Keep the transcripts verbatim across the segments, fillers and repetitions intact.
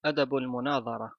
أدب المناظرة.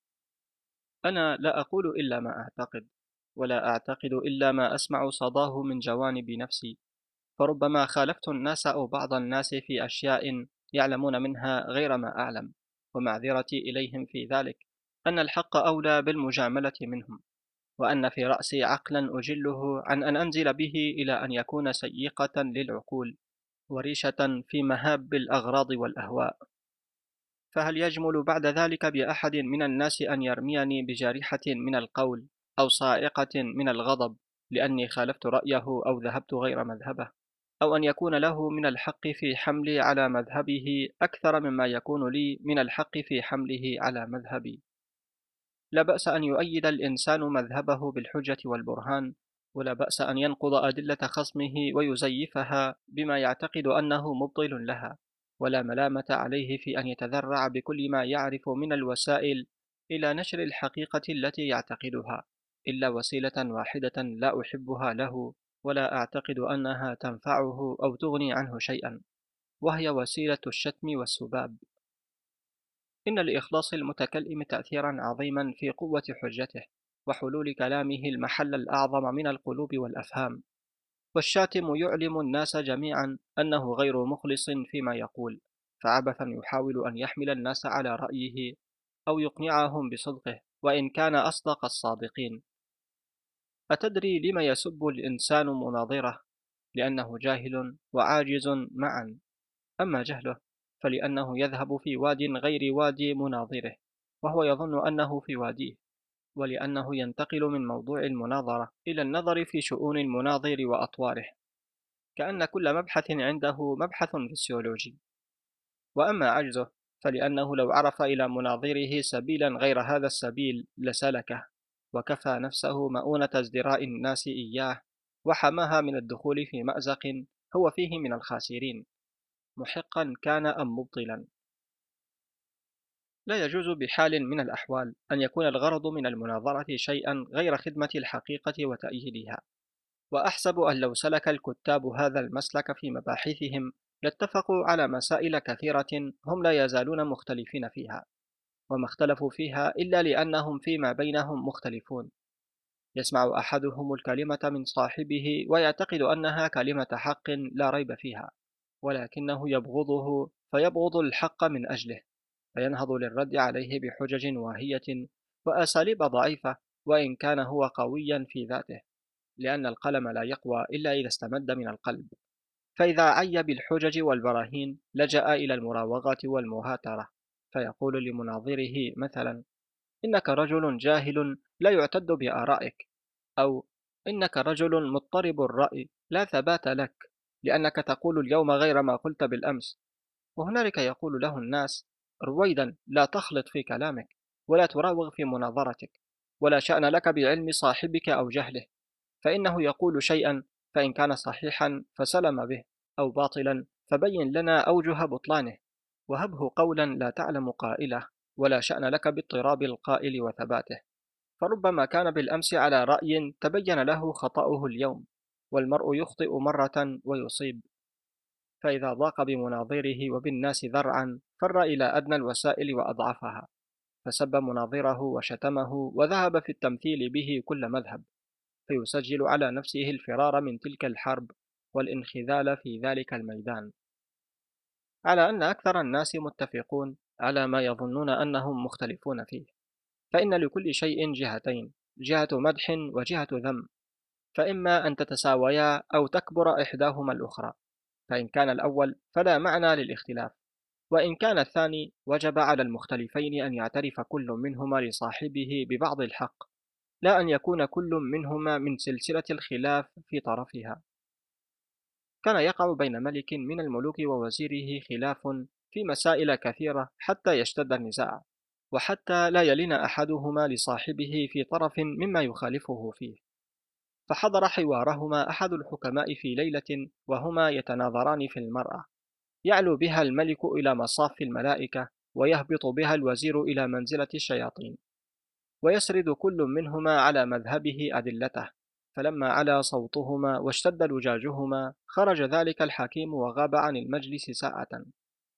أنا لا أقول إلا ما أعتقد، ولا أعتقد إلا ما أسمع صداه من جوانب نفسي، فربما خالفت الناس أو بعض الناس في أشياء يعلمون منها غير ما أعلم، ومعذرتي إليهم في ذلك أن الحق أولى بالمجاملة منهم، وأن في رأسي عقلا أجله عن أن أنزل به إلى أن يكون سيقة للعقول، وريشة في مهاب الأغراض والأهواء. فهل يجمل بعد ذلك بأحد من الناس أن يرميني بجارحة من القول أو صاعقة من الغضب لأني خالفت رأيه أو ذهبت غير مذهبه، أو أن يكون له من الحق في حملي على مذهبه أكثر مما يكون لي من الحق في حمله على مذهبي؟ لا بأس أن يؤيد الإنسان مذهبه بالحجة والبرهان، ولا بأس أن ينقض أدلة خصمه ويزيفها بما يعتقد أنه مبطل لها، ولا ملامة عليه في أن يتذرع بكل ما يعرف من الوسائل إلى نشر الحقيقة التي يعتقدها، إلا وسيلة واحدة لا أحبها له، ولا أعتقد أنها تنفعه أو تغني عنه شيئا، وهي وسيلة الشتم والسباب. إن لإخلاص المتكلم تأثيرا عظيما في قوة حجته، وحلول كلامه المحل الأعظم من القلوب والأفهام، والشاتم يعلم الناس جميعا أنه غير مخلص فيما يقول، فعبثا يحاول أن يحمل الناس على رأيه أو يقنعهم بصدقه وإن كان أصدق الصادقين. أتدري لم يسب الإنسان مناظره؟ لأنه جاهل وعاجز معا. أما جهله فلأنه يذهب في واد غير واد مناظره، وهو يظن أنه في واديه، ولأنه ينتقل من موضوع المناظرة إلى النظر في شؤون المناظر وأطواره، كأن كل مبحث عنده مبحث فسيولوجي. وأما عجزه فلأنه لو عرف إلى مناظره سبيلا غير هذا السبيل لسلكه، وكفى نفسه مؤونة ازدراء الناس إياه، وحماها من الدخول في مأزق هو فيه من الخاسرين، محقا كان أم مبطلا. لا يجوز بحال من الأحوال أن يكون الغرض من المناظرة شيئا غير خدمة الحقيقة وتأييدها، وأحسب أن لو سلك الكتاب هذا المسلك في مباحثهم لاتفقوا على مسائل كثيرة هم لا يزالون مختلفين فيها، وما اختلفوا فيها إلا لأنهم فيما بينهم مختلفون. يسمع أحدهم الكلمة من صاحبه ويعتقد أنها كلمة حق لا ريب فيها، ولكنه يبغضه فيبغض الحق من أجله، فينهض للرد عليه بحجج واهية وأساليب ضعيفة، وإن كان هو قويا في ذاته، لأن القلم لا يقوى إلا إذا استمد من القلب. فإذا عي بالحجج والبراهين لجأ إلى المراوغة والمهاترة، فيقول لمناظره مثلا: إنك رجل جاهل لا يعتد بآرائك، أو إنك رجل مضطرب الرأي لا ثبات لك، لأنك تقول اليوم غير ما قلت بالأمس. وهنالك يقول له الناس: رويدا لا تخلط في كلامك، ولا تراوغ في مناظرتك، ولا شأن لك بعلم صاحبك أو جهله، فإنه يقول شيئا فإن كان صحيحا فسلم به، أو باطلا فبين لنا أوجه بطلانه، وهبه قولا لا تعلم قائله، ولا شأن لك باضطراب القائل وثباته، فربما كان بالأمس على رأي تبين له خطأه اليوم، والمرء يخطئ مرة ويصيب. فإذا ضاق بمناظره وبالناس ذرعا فر إلى أدنى الوسائل وأضعفها، فسب مناظره وشتمه وذهب في التمثيل به كل مذهب، فيسجل على نفسه الفرار من تلك الحرب والانخذال في ذلك الميدان، على أن أكثر الناس متفقون على ما يظنون أنهم مختلفون فيه. فإن لكل شيء جهتين، جهة مدح وجهة ذم، فإما أن تتساويا أو تكبر إحداهما الأخرى، فإن كان الأول فلا معنى للاختلاف، وإن كان الثاني وجب على المختلفين أن يعترف كل منهما لصاحبه ببعض الحق، لا أن يكون كل منهما من سلسلة الخلاف في طرفها. كان يقع بين ملك من الملوك ووزيره خلاف في مسائل كثيرة حتى يشتد النزاع، وحتى لا يلين أحدهما لصاحبه في طرف مما يخالفه فيه، فحضر حوارهما أحد الحكماء في ليلة وهما يتناظران في المرأة، يعلو بها الملك إلى مصاف الملائكة، ويهبط بها الوزير إلى منزلة الشياطين، ويسرد كل منهما على مذهبه أدلته. فلما علا صوتهما واشتد لجاجهما خرج ذلك الحكيم وغاب عن المجلس ساعة،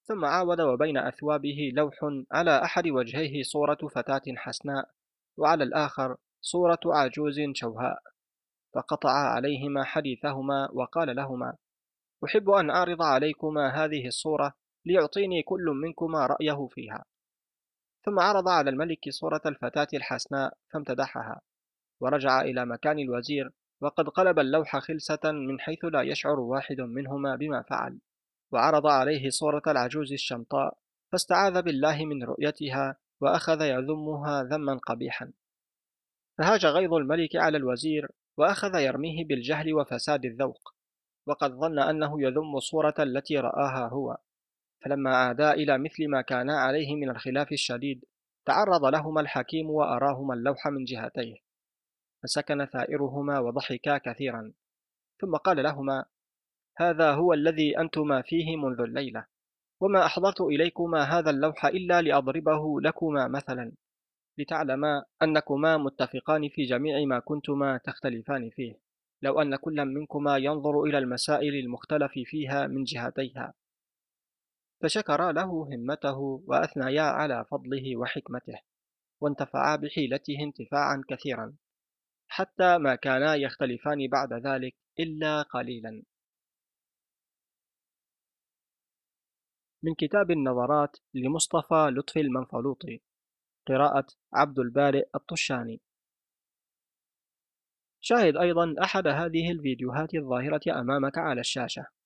ثم عاود وبين أثوابه لوح على أحد وجهيه صورة فتاة حسناء، وعلى الآخر صورة عجوز شوهاء، فقطع عليهما حديثهما وقال لهما: أحب أن أعرض عليكما هذه الصورة ليعطيني كل منكما رأيه فيها. ثم عرض على الملك صورة الفتاة الحسناء فامتدحها، ورجع إلى مكان الوزير وقد قلب اللوح خلسة من حيث لا يشعر واحد منهما بما فعل، وعرض عليه صورة العجوز الشمطاء فاستعاذ بالله من رؤيتها وأخذ يذمها ذما قبيحا. فهاج غيظ الملك على الوزير وأخذ يرميه بالجهل وفساد الذوق، وقد ظن أنه يذم الصورة التي رآها هو. فلما عادا إلى مثل ما كانا عليه من الخلاف الشديد، تعرض لهما الحكيم وأراهما اللوح من جهتيه، فسكن ثائرهما وضحكا كثيرا، ثم قال لهما: هذا هو الذي أنتما فيه منذ الليلة، وما أحضرت إليكما هذا اللوح إلا لأضربه لكما مثلا، لتعلما أنكما متفقان في جميع ما كنتما تختلفان فيه، لو أن كل منكما ينظر إلى المسائل المختلف فيها من جهتيها. فشكرا له همته وأثنيا على فضله وحكمته، وانتفعا بحيلته انتفاعا كثيرا، حتى ما كانا يختلفان بعد ذلك إلا قليلا. من كتاب النظرات لمصطفى لطفي المنفلوطي، قراءة عبد البارئ الطشاني. شاهد أيضا أحد هذه الفيديوهات الظاهرة أمامك على الشاشة.